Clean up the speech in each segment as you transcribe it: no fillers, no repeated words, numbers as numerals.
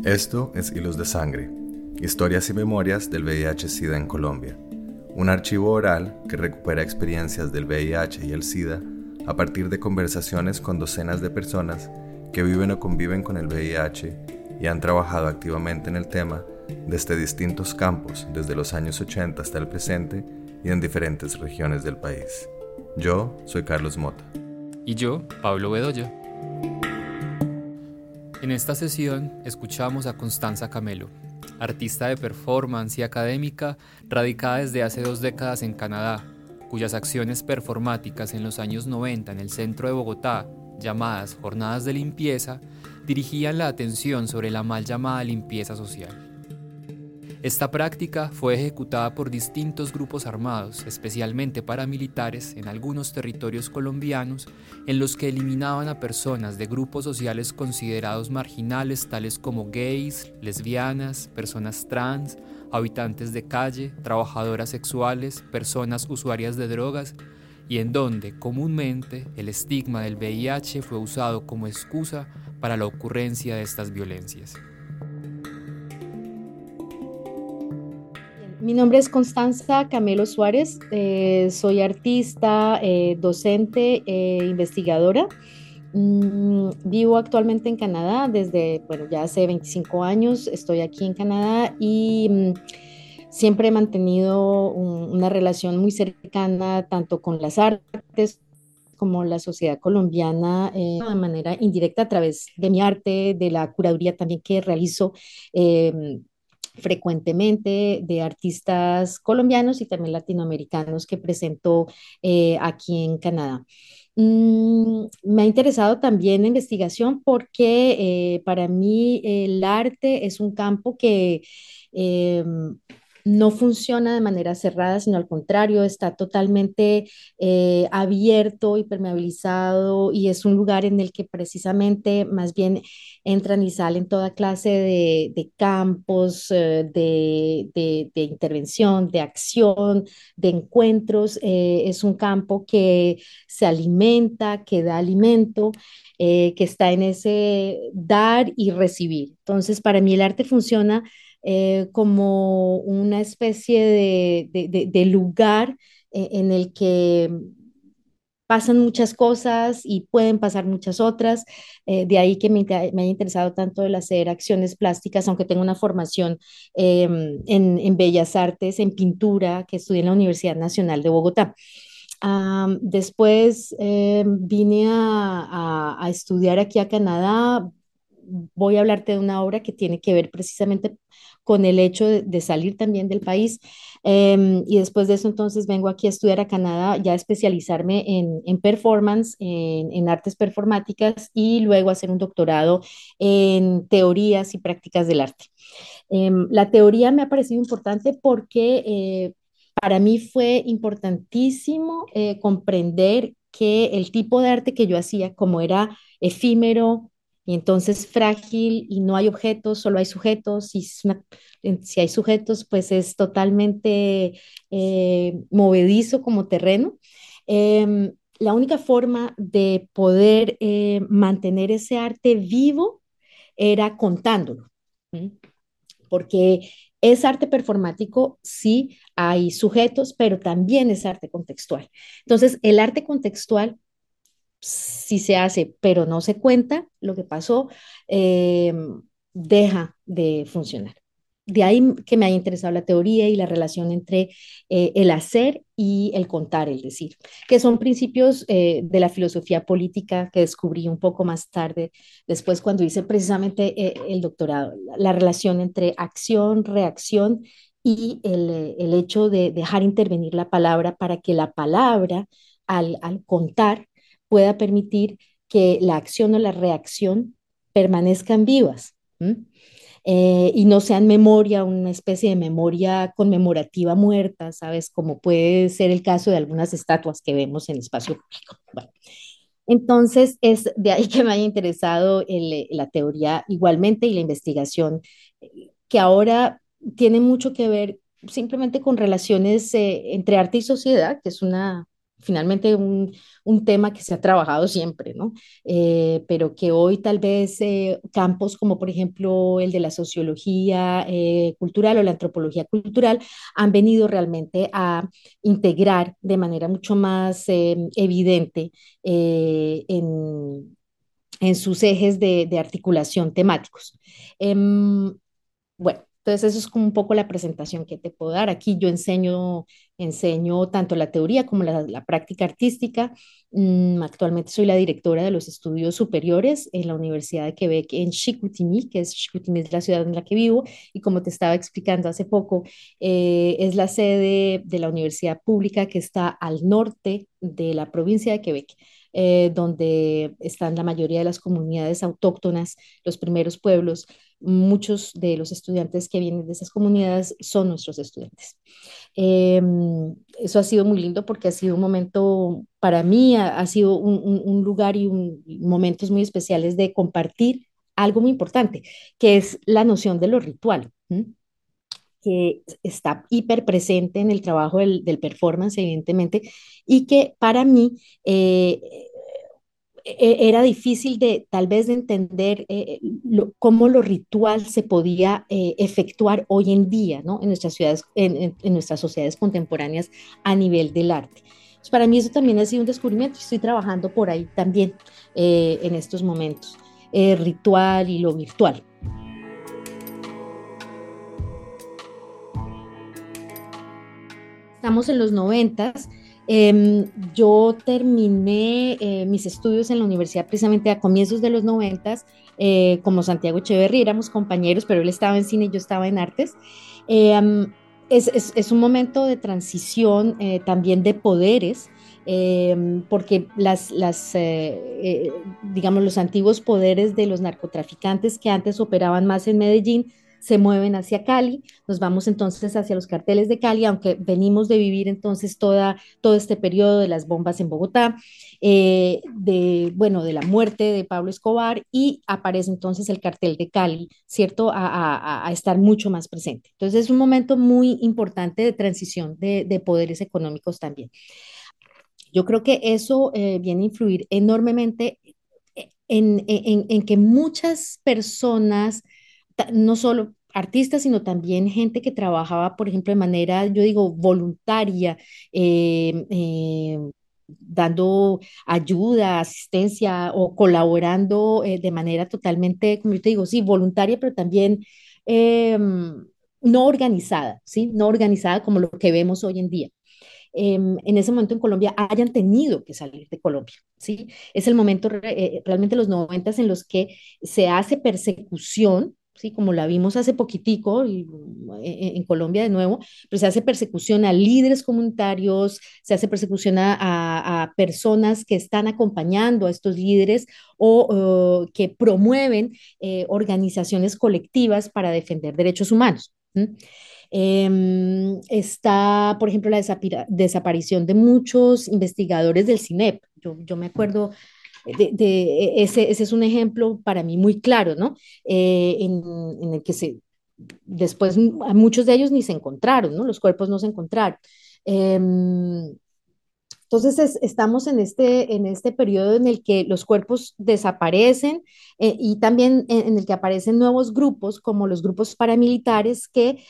Esto es Hilos de Sangre, historias y memorias del VIH-Sida en Colombia. Un archivo oral que recupera experiencias del VIH y el SIDA a partir de conversaciones con docenas de personas que viven o conviven con el VIH y han trabajado activamente en el tema desde distintos campos, desde los años 80 hasta el presente y en diferentes regiones del país. Yo soy Carlos Mota. Y yo, Pablo Bedoya. En esta sesión escuchamos a Constanza Camelo, artista de performance y académica radicada desde hace 2 décadas en Canadá, cuyas acciones performáticas en los años 90 en el centro de Bogotá, llamadas Jornadas de Limpieza, dirigían la atención sobre la mal llamada limpieza social. Esta práctica fue ejecutada por distintos grupos armados, especialmente paramilitares, en algunos territorios colombianos, en los que eliminaban a personas de grupos sociales considerados marginales, tales como gays, lesbianas, personas trans, habitantes de calle, trabajadoras sexuales, personas usuarias de drogas, y en donde, comúnmente, el estigma del VIH fue usado como excusa para la ocurrencia de estas violencias. Mi nombre es Constanza Camelo Suárez, soy artista, docente, investigadora. Vivo actualmente en Canadá desde, bueno, ya hace 25 años, estoy aquí en Canadá y siempre he mantenido una relación muy cercana tanto con las artes como la sociedad colombiana, de manera indirecta a través de mi arte, de la curaduría también que realizo. Frecuentemente de artistas colombianos y también latinoamericanos que presento aquí en Canadá. Me ha interesado también la investigación porque para mí el arte es un campo que eh, no funciona de manera cerrada, sino al contrario, está totalmente abierto y permeabilizado y es un lugar en el que precisamente más bien entran y salen toda clase de campos de intervención, de acción, de encuentros. Es un campo que se alimenta, que da alimento, que está en ese dar y recibir. Entonces, para mí el arte funciona como una especie de lugar en el que pasan muchas cosas y pueden pasar muchas otras. De ahí que me haya interesado tanto el hacer acciones plásticas, aunque tengo una formación en Bellas Artes, en pintura, que estudié en la Universidad Nacional de Bogotá. Después vine a estudiar aquí a Canadá. Voy a hablarte de una obra que tiene que ver precisamente con el hecho de salir también del país. Y después de eso, entonces vengo aquí a estudiar a Canadá, ya a especializarme en performance, en artes performáticas y luego hacer un doctorado en teorías y prácticas del arte. La teoría me ha parecido importante porque para mí fue importantísimo comprender que el tipo de arte que yo hacía, como era efímero y entonces frágil y no hay objetos, solo hay sujetos, y si hay sujetos, pues es totalmente movedizo como terreno. La única forma de poder mantener ese arte vivo era contándolo. ¿Sí? Porque es arte performático, sí, hay sujetos, pero también es arte contextual. Entonces, el arte contextual sí se hace, pero no se cuenta lo que pasó, eh, deja de funcionar. De ahí que me haya interesado la teoría y la relación entre el hacer y el contar, el decir, que son principios de la filosofía política que descubrí un poco más tarde, después cuando hice precisamente el doctorado, la relación entre acción, reacción y el hecho de dejar intervenir la palabra para que la palabra, al contar, pueda permitir que la acción o la reacción permanezcan vivas. Y no sean memoria, una especie de memoria conmemorativa muerta, ¿sabes? Como puede ser el caso de algunas estatuas que vemos en el espacio público. Bueno, entonces, es de ahí que me haya interesado la teoría igualmente y la investigación, que ahora tiene mucho que ver simplemente con relaciones entre arte y sociedad, que es finalmente un tema que se ha trabajado siempre, ¿no? Pero que hoy tal vez campos como por ejemplo el de la sociología cultural o la antropología cultural han venido realmente a integrar de manera mucho más evidente en sus ejes de articulación temáticos. Em, bueno, entonces eso es como un poco la presentación que te puedo dar. Aquí yo enseño tanto la teoría como la práctica artística. Actualmente soy la directora de los estudios superiores en la Universidad de Quebec en Chicoutimi, Chicoutimi es la ciudad en la que vivo, y como te estaba explicando hace poco, es la sede de la universidad pública que está al norte de la provincia de Quebec. Donde están la mayoría de las comunidades autóctonas, los primeros pueblos. Muchos de los estudiantes que vienen de esas comunidades son nuestros estudiantes. Eh, Eso ha sido muy lindo porque ha sido un momento, para mí, ha sido un lugar y momentos muy especiales de compartir algo muy importante, que es la noción de lo ritual. Que está hiper presente en el trabajo del performance, evidentemente, y que para mí era difícil de tal vez de entender cómo lo ritual se podía efectuar hoy en día, ¿no? En nuestras ciudades, en nuestras sociedades contemporáneas a nivel del arte. Pues para mí eso también ha sido un descubrimiento. Estoy trabajando por ahí también en estos momentos, ritual y lo virtual. Estamos en los noventas. Yo terminé mis estudios en la universidad precisamente a comienzos de los noventas, como Santiago Echeverry, éramos compañeros, pero él estaba en cine y yo estaba en artes. Eh, um, es un momento de transición también de poderes, porque digamos, los antiguos poderes de los narcotraficantes que antes operaban más en Medellín se mueven hacia Cali. Nos vamos entonces hacia los carteles de Cali, aunque venimos de vivir entonces todo este periodo de las bombas en Bogotá, bueno, de la muerte de Pablo Escobar, y aparece entonces el cartel de Cali, ¿cierto? A estar mucho más presente. Entonces es un momento muy importante de transición de poderes económicos también. Yo creo que eso viene a influir enormemente en que muchas personas, no solo artistas, sino también gente que trabajaba, por ejemplo, de manera, yo digo, voluntaria, dando ayuda, asistencia o colaborando de manera totalmente, como yo te digo, sí, voluntaria, pero también no organizada, ¿sí? No organizada como lo que vemos hoy en día. En ese momento en Colombia hayan tenido que salir de Colombia, ¿sí? Es el momento realmente los noventas en los que se hace persecución, ¿sí? Como la vimos hace poquitico en Colombia de nuevo, pero se hace persecución a líderes comunitarios, se hace persecución a personas que están acompañando a estos líderes o que promueven organizaciones colectivas para defender derechos humanos. Está, por ejemplo, la desaparición de muchos investigadores del CINEP. Yo me acuerdo ese es un ejemplo para mí muy claro, ¿no? En el que después a muchos de ellos ni se encontraron, ¿no? Los cuerpos no se encontraron. Em, entonces estamos en este periodo en el que los cuerpos desaparecen y también en el que aparecen nuevos grupos como los grupos paramilitares que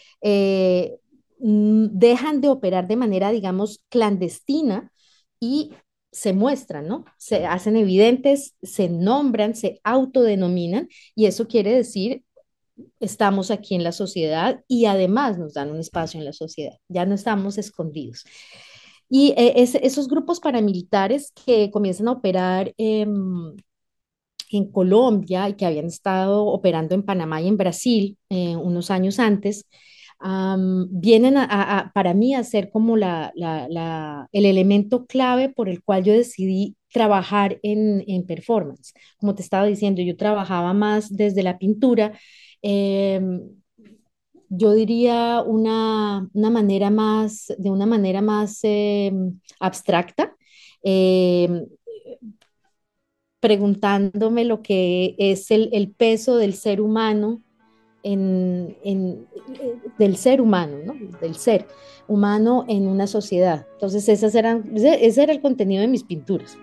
dejan de operar de manera, digamos, clandestina y se muestran, ¿no? Se hacen evidentes, se nombran, se autodenominan y eso quiere decir estamos aquí en la sociedad y además nos dan un espacio en la sociedad, ya no estamos escondidos. Y esos grupos paramilitares que comienzan a operar en Colombia y que habían estado operando en Panamá y en Brasil unos años antes, vienen para mí a ser como el elemento clave por el cual yo decidí trabajar en performance. Como te estaba diciendo, yo trabajaba más desde la pintura. em, yo diría de una manera más abstracta, eh, preguntándome lo que es el peso del ser humano del ser humano, ¿no? Del ser humano en una sociedad. Entonces, ese era el contenido de mis pinturas.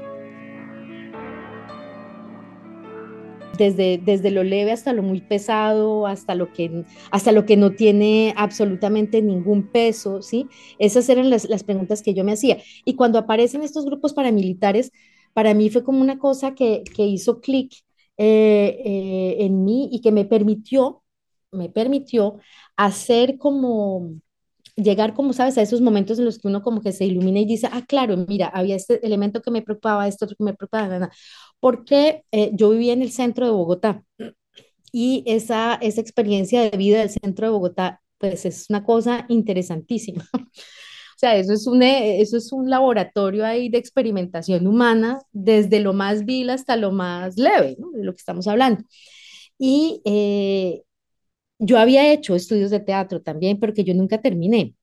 Desde lo leve hasta lo muy pesado, hasta lo que no tiene absolutamente ningún peso, ¿sí? Esas eran las preguntas que yo me hacía. Y cuando aparecen estos grupos paramilitares, para mí fue como una cosa que hizo clic en mí y que me permitió hacer como llegar, como sabes, a esos momentos en los que uno como que se ilumina y dice, ah, claro, mira, había este elemento que me preocupaba, esto otro que me preocupaba, porque yo vivía en el centro de Bogotá y esa experiencia de vida del centro de Bogotá, pues es una cosa interesantísima. O sea, eso es un laboratorio ahí de experimentación humana, desde lo más vil hasta lo más leve, ¿no? De lo que estamos hablando. Y yo había hecho estudios de teatro también, pero que yo nunca terminé.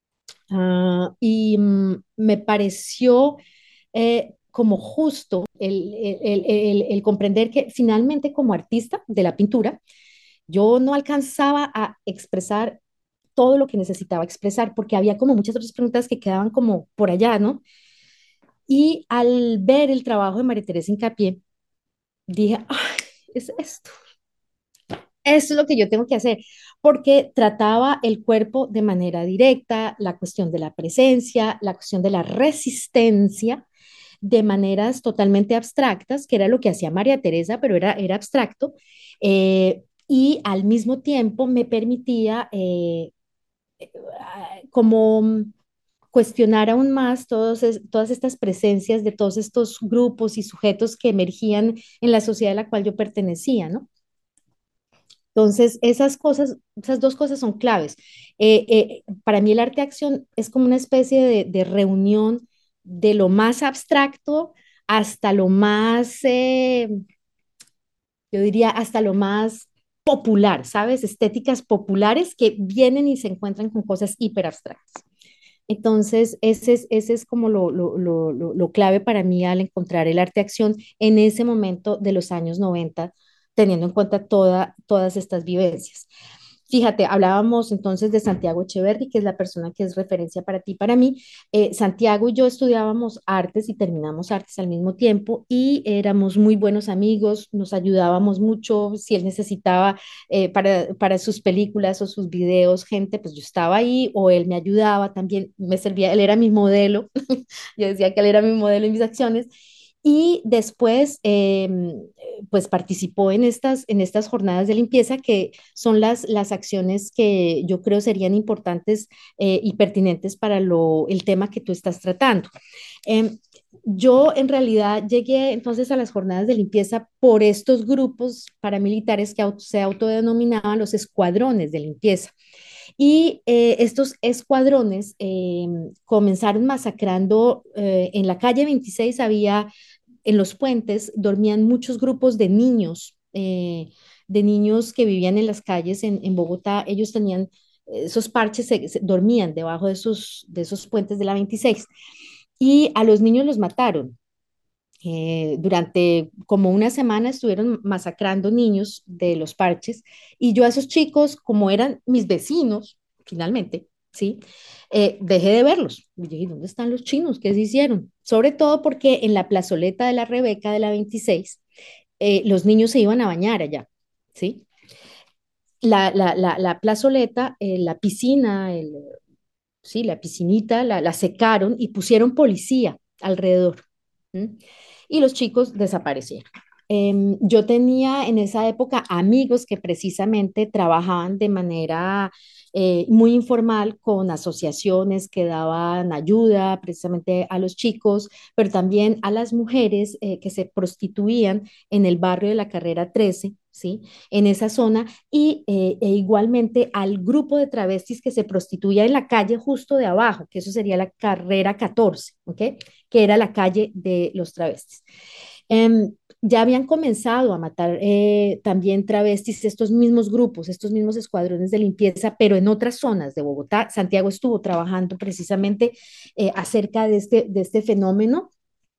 Y me pareció como justo el comprender que finalmente como artista de la pintura, yo no alcanzaba a expresar todo lo que necesitaba expresar, porque había como muchas otras preguntas que quedaban como por allá, ¿no? Y al ver el trabajo de María Teresa Hincapié, dije, ay, es esto. Eso es lo que yo tengo que hacer, porque trataba el cuerpo de manera directa, la cuestión de la presencia, la cuestión de la resistencia, de maneras totalmente abstractas, que era lo que hacía María Teresa, pero era abstracto, y al mismo tiempo me permitía como cuestionar aún más todas estas presencias de todos estos grupos y sujetos que emergían en la sociedad a la cual yo pertenecía, ¿no? Entonces, esas dos cosas son claves. Para mí el arte de acción es como una especie de reunión de lo más abstracto hasta lo más, yo diría, hasta lo más popular, ¿sabes? Estéticas populares que vienen y se encuentran con cosas hiper abstractas. Entonces, ese es como lo clave para mí al encontrar el arte de acción en ese momento de los años 90, teniendo en cuenta todas estas vivencias. Fíjate, hablábamos entonces de Santiago Echeverri, que es la persona que es referencia para ti, para mí. Santiago y yo estudiábamos artes y terminamos artes al mismo tiempo y éramos muy buenos amigos, nos ayudábamos mucho. Si él necesitaba para sus películas o sus videos, gente, pues yo estaba ahí o él me ayudaba también, me servía, él era mi modelo, yo decía que él era mi modelo en mis acciones. Y después, pues participó en estas jornadas de limpieza, que son las acciones que yo creo serían importantes y pertinentes para el tema que tú estás tratando. Em, yo en realidad llegué entonces a las jornadas de limpieza por estos grupos paramilitares que se autodenominaban los escuadrones de limpieza. Y estos escuadrones comenzaron masacrando en la calle 26. En los puentes dormían muchos grupos de niños que vivían en las calles en Bogotá. Ellos tenían esos parches, dormían debajo de esos puentes de la 26 y a los niños los mataron. Durante como una semana estuvieron masacrando niños de los parches y yo a esos chicos, como eran mis vecinos, finalmente, ¿sí? Dejé de verlos. Y dije, ¿dónde están los chinos? ¿Qué se hicieron? Sobre todo porque en la plazoleta de la Rebeca de la 26, los niños se iban a bañar allá, ¿sí? La plazoleta, la piscina, sí, la piscinita, la secaron y pusieron policía alrededor. ¿M? Y los chicos desaparecieron. Yo tenía en esa época amigos que precisamente trabajaban de manera muy informal con asociaciones que daban ayuda precisamente a los chicos, pero también a las mujeres que se prostituían en el barrio de la Carrera 13, ¿sí? En esa zona, e igualmente al grupo de travestis que se prostituía en la calle justo de abajo, que eso sería la Carrera 14, ¿ok? Que era la calle de los travestis. Ya habían comenzado a matar también travestis, estos mismos grupos, estos mismos escuadrones de limpieza, pero en otras zonas de Bogotá. Santiago estuvo trabajando precisamente acerca de este fenómeno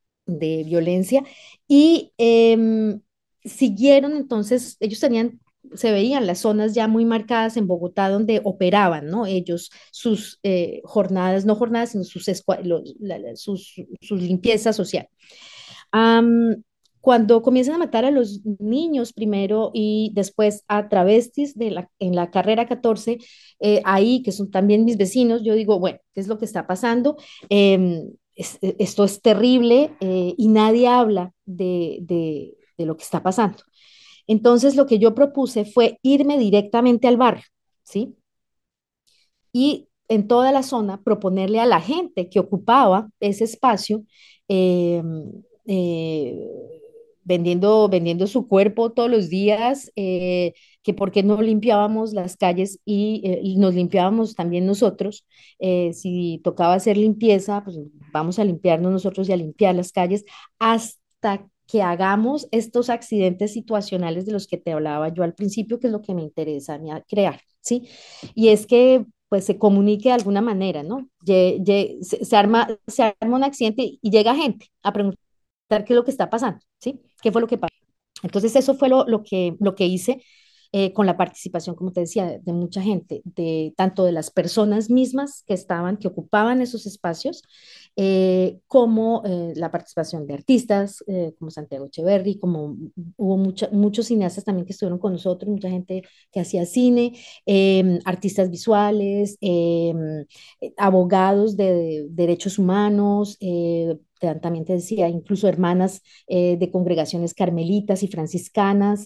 de violencia y siguieron entonces, ellos tenían se veían las zonas ya muy marcadas en Bogotá donde operaban, ¿no? Ellos, sus jornadas, no jornadas, sino sus limpieza social. Am, Cuando comienzan a matar a los niños primero y después a travestis en la carrera 14, ahí que son también mis vecinos, yo digo, bueno, ¿qué es lo que está pasando? Esto es terrible y nadie habla de lo que está pasando. Entonces, lo que yo propuse fue irme directamente al barrio, ¿sí? Y en toda la zona proponerle a la gente que ocupaba ese espacio, eh, eh, vendiendo su cuerpo todos los días, que por qué no limpiábamos las calles y nos limpiábamos también nosotros. Si tocaba hacer limpieza, pues vamos a limpiarnos nosotros y a limpiar las calles hasta que hagamos estos accidentes situacionales de los que te hablaba yo al principio, que es lo que me interesa a mí crear, ¿sí? Y es que pues se comunique de alguna manera, ¿no? Se arma un accidente y llega gente a preguntar qué es lo que está pasando, ¿sí? ¿Qué fue lo que pasó? Entonces eso fue lo que hice con la participación, como te decía, de mucha gente, de tanto de las personas mismas que estaban, que ocupaban esos espacios, como la participación de artistas como Santiago Echeverry, como hubo muchos cineastas también que estuvieron con nosotros, mucha gente que hacía cine, artistas visuales, abogados de derechos humanos, también te decía, incluso hermanas de congregaciones carmelitas y franciscanas,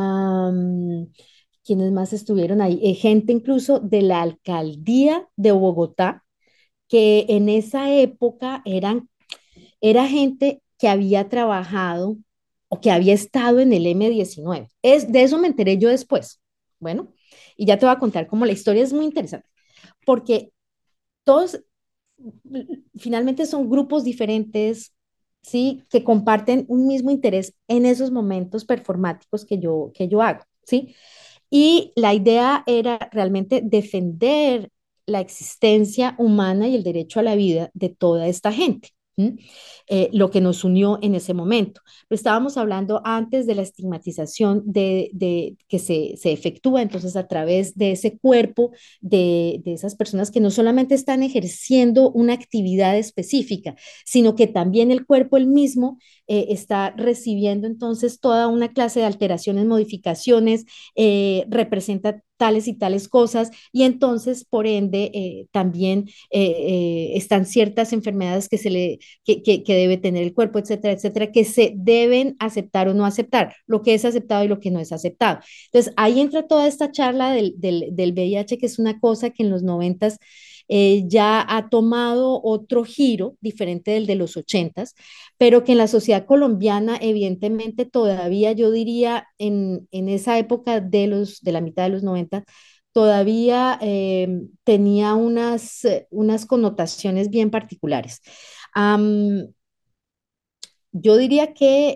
quienes más estuvieron ahí, gente incluso de la alcaldía de Bogotá, que en esa época era gente que había trabajado o que había estado en el M19. De eso me enteré yo después. Bueno, y ya te voy a contar cómo la historia es muy interesante, porque todos finalmente son grupos diferentes, ¿sí? Que comparten un mismo interés en esos momentos performáticos que yo hago, ¿sí? Y la idea era realmente defender la existencia humana y el derecho a la vida de toda esta gente. Lo que nos unió en ese momento. Pero estábamos hablando antes de la estigmatización que se efectúa entonces a través de ese cuerpo, de esas personas que no solamente están ejerciendo una actividad específica, sino que también el cuerpo el mismo está recibiendo entonces toda una clase de alteraciones, modificaciones, representa tales y tales cosas y entonces por ende también están ciertas enfermedades que debe tener el cuerpo, etcétera, etcétera, que se deben aceptar o no aceptar, lo que es aceptado y lo que no es aceptado. Entonces ahí entra toda esta charla del VIH, que es una cosa que en los noventas ya ha tomado otro giro diferente del de los ochentas, pero que en la sociedad colombiana, evidentemente, todavía yo diría en esa época de la mitad de los 90, todavía tenía unas connotaciones bien particulares. Am, yo diría que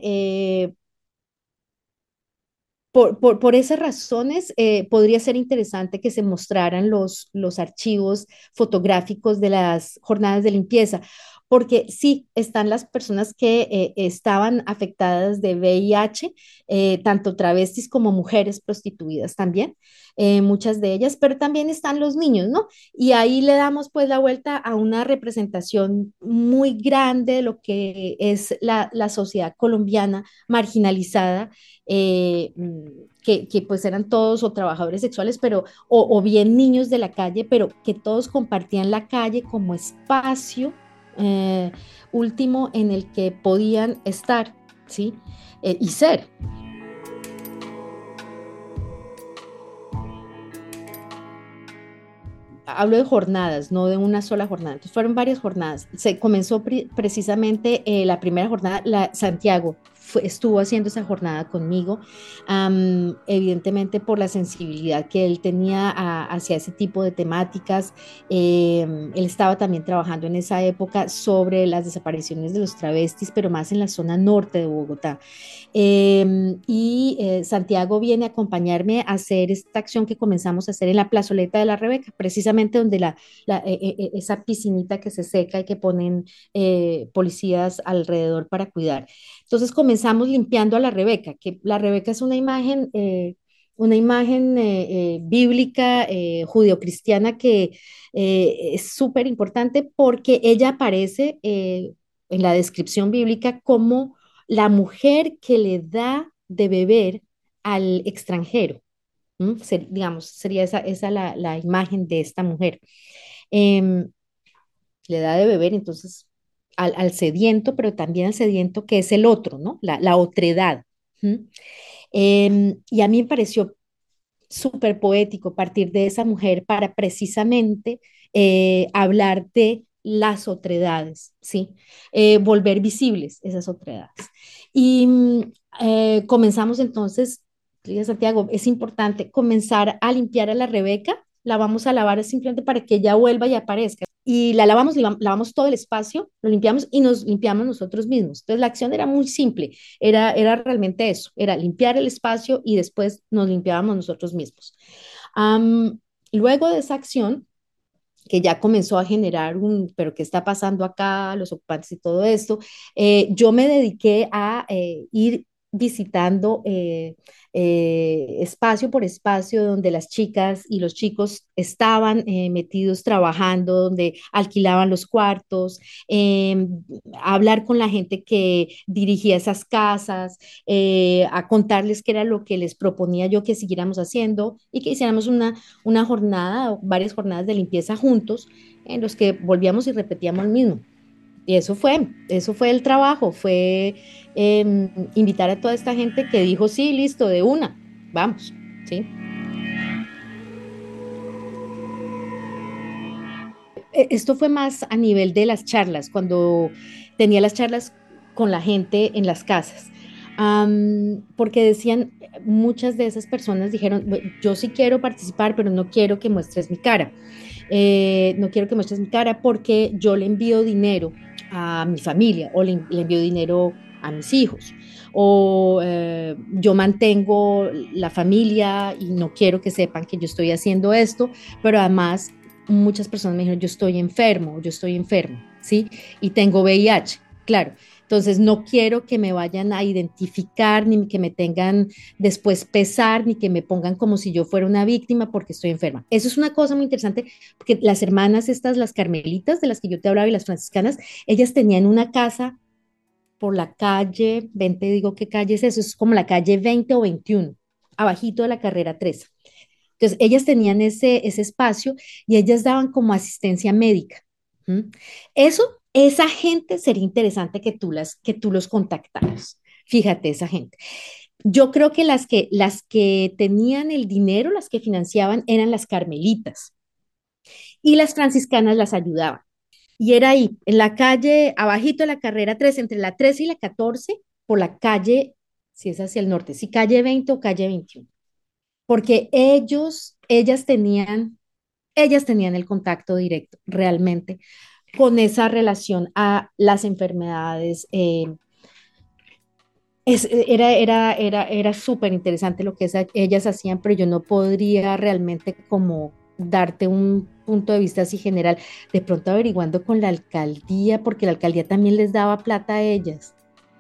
por esas razones, podría ser interesante que se mostraran los archivos fotográficos de las jornadas de limpieza, porque sí están las personas que estaban afectadas de VIH, tanto travestis como mujeres prostituidas también, muchas de ellas, pero también están los niños, ¿no? Y ahí le damos pues la vuelta a una representación muy grande de lo que es la sociedad colombiana marginalizada, que pues eran todos o trabajadores sexuales, pero o bien niños de la calle, pero que todos compartían la calle como espacio eh, último en el que podían estar, ¿sí? Y ser. Hablo de jornadas, no de una sola jornada. Entonces fueron varias jornadas. Se comenzó precisamente la primera jornada, Santiago estuvo haciendo esa jornada conmigo, evidentemente por la sensibilidad que él tenía hacia ese tipo de temáticas. Él estaba también trabajando en esa época sobre las desapariciones de los travestis, pero más en la zona norte de Bogotá. Santiago viene a acompañarme a hacer esta acción que comenzamos a hacer en la plazoleta de la Rebeca, precisamente donde esa piscinita que se seca y que ponen policías alrededor para cuidar. Entonces comenzamos limpiando a la Rebeca, que la Rebeca es una imagen una imagen bíblica judeocristiana que es súper importante porque ella aparece en la descripción bíblica como la mujer que le da de beber al extranjero. Digamos, sería esa la imagen de esta mujer. Em, Le da de beber entonces al sediento, pero también al sediento que es el otro, ¿no? La otredad. ¿Mm? Y a mí me pareció súper poético partir de esa mujer para precisamente hablar de las otredades, ¿sí? Volver visibles esas otredades. Y comenzamos entonces, Santiago, es importante comenzar a limpiar a la Rebeca, la vamos a lavar simplemente para que ella vuelva y aparezca. Y la lavamos, lavamos todo el espacio, lo limpiamos y nos limpiamos nosotros mismos. Entonces la acción era muy simple, era realmente eso, era limpiar el espacio y después nos limpiábamos nosotros mismos. Am, Luego de esa acción, que ya comenzó a generar pero ¿qué está pasando acá? Los ocupantes y todo esto, yo me dediqué a ir visitando espacio por espacio donde las chicas y los chicos estaban metidos trabajando, donde alquilaban los cuartos, eh, a hablar con la gente que dirigía esas casas, a contarles qué era lo que les proponía yo que siguiéramos haciendo y que hiciéramos una jornada o varias jornadas de limpieza juntos en los que volvíamos y repetíamos lo mismo. Y eso fue el trabajo, fue invitar a toda esta gente que dijo, sí, listo, de una, vamos, ¿sí? Esto fue más a nivel de las charlas, cuando tenía las charlas con la gente en las casas. Porque decían, muchas de esas personas dijeron, Yo sí quiero participar, pero no quiero que muestres mi cara. No quiero que muestres mi cara porque yo le envío dinero a mi familia o le envío dinero a mis hijos o yo mantengo la familia y no quiero que sepan que yo estoy haciendo esto, pero además muchas personas me dijeron, yo estoy enfermo, ¿sí? Y tengo VIH, claro. Entonces, no quiero que me vayan a identificar, ni que me tengan después pesar, ni que me pongan como si yo fuera una víctima porque estoy enferma. Eso es una cosa muy interesante, porque las hermanas estas, las carmelitas de las que yo te hablaba y las franciscanas, ellas tenían una casa por la calle, 20, digo, ¿qué calle es eso? Es como la calle 20 o 21, abajito de la carrera 3. Entonces, ellas tenían ese espacio y ellas daban como asistencia médica. ¿Mm? Eso, esa gente sería interesante que tú los contactaras. Fíjate, esa gente. Yo creo que las que tenían el dinero, las que financiaban, eran las carmelitas y las franciscanas las ayudaban. Y era ahí, en la calle, abajito de la carrera 3 entre la 13 y la 14 por la calle, si es hacia el norte, si calle 20 o calle 21 porque ellas tenían el contacto directo realmente con esa relación a las enfermedades. Era súper interesante lo que ellas hacían, pero yo no podría realmente como darte un punto de vista así general, de pronto averiguando con la alcaldía, porque la alcaldía también les daba plata a ellas.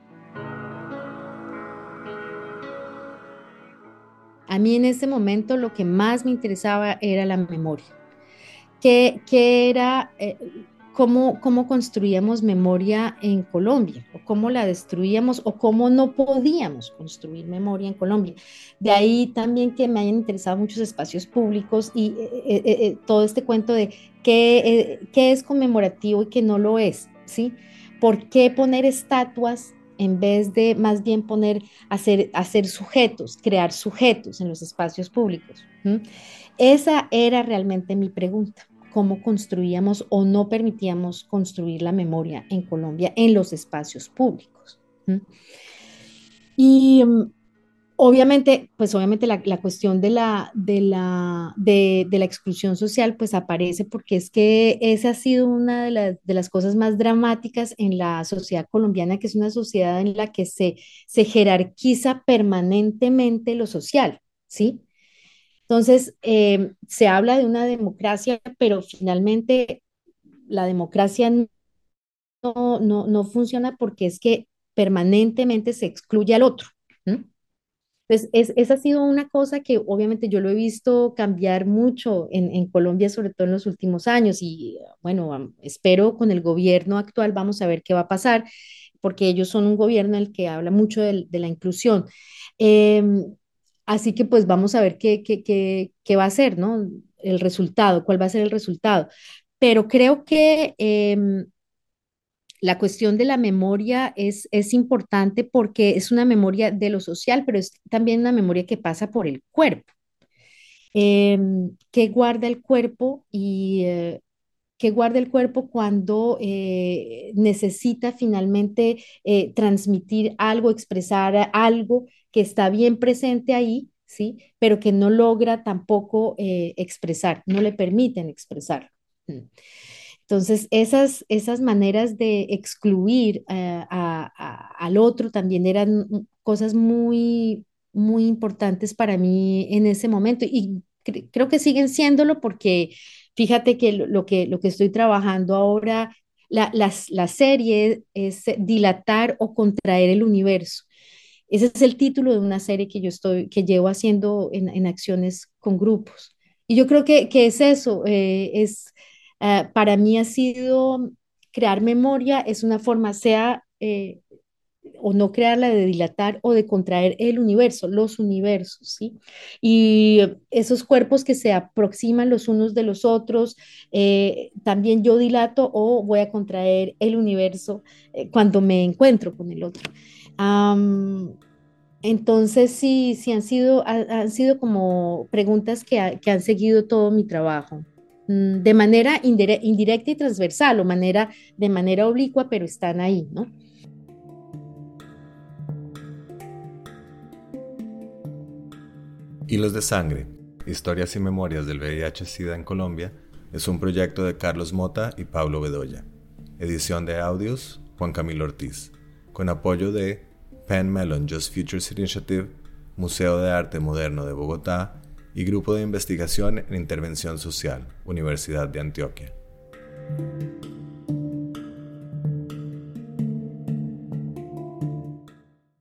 A mí en ese momento lo que más me interesaba era la memoria. Que era cómo construíamos memoria en Colombia, o cómo la destruíamos, o cómo no podíamos construir memoria en Colombia. De ahí también que me hayan interesado muchos espacios públicos y todo este cuento de qué es conmemorativo y qué no lo es, ¿sí? ¿Por qué poner estatuas en vez de más bien hacer sujetos, crear sujetos en los espacios públicos? ¿Mm? Esa era realmente mi pregunta, cómo construíamos o no permitíamos construir la memoria en Colombia en los espacios públicos. ¿Mm? Y obviamente la cuestión de la exclusión social pues aparece porque es que esa ha sido una de las cosas más dramáticas en la sociedad colombiana, que es una sociedad en la que se jerarquiza permanentemente lo social, ¿sí? Entonces, se habla de una democracia, pero finalmente la democracia no funciona porque es que permanentemente se excluye al otro. ¿M? Entonces, esa ha sido una cosa que obviamente yo lo he visto cambiar mucho en Colombia, sobre todo en los últimos años, y bueno, espero con el gobierno actual, vamos a ver qué va a pasar, porque ellos son un gobierno en el que habla mucho de la inclusión. Em, Así que pues vamos a ver qué va a ser, ¿no? El resultado, cuál va a ser el resultado. Pero creo que la cuestión de la memoria es importante porque es una memoria de lo social, pero es también una memoria que pasa por el cuerpo. ¿Qué guarda el cuerpo y qué guarda el cuerpo cuando necesita finalmente transmitir algo, expresar algo que está bien presente ahí, ¿sí? Pero que no logra tampoco expresar, no le permiten expresar. Mm. Entonces, esas maneras de excluir al otro también eran cosas muy importantes para mí en ese momento y creo que siguen siéndolo porque fíjate que lo que estoy trabajando ahora, la serie es dilatar o contraer el universo. Ese es el título de una serie que llevo haciendo en acciones con grupos. Y yo creo que es eso, para mí ha sido crear memoria, es una forma, sea o no crearla, de dilatar o de contraer el universo, los universos, ¿sí? Y esos cuerpos que se aproximan los unos de los otros, también yo dilato o voy a contraer el universo cuando me encuentro con el otro. Am, entonces, sí han sido como preguntas que han seguido todo mi trabajo, de manera indirecta y transversal o de manera oblicua, pero están ahí, ¿no? Hilos de Sangre, Historias y Memorias del VIH-Sida en Colombia, es un proyecto de Carlos Mota y Pablo Bedoya. Edición de audios, Juan Camilo Ortiz. Con apoyo de Penn Mellon Just Futures Initiative, Museo de Arte Moderno de Bogotá y Grupo de Investigación en Intervención Social, Universidad de Antioquia.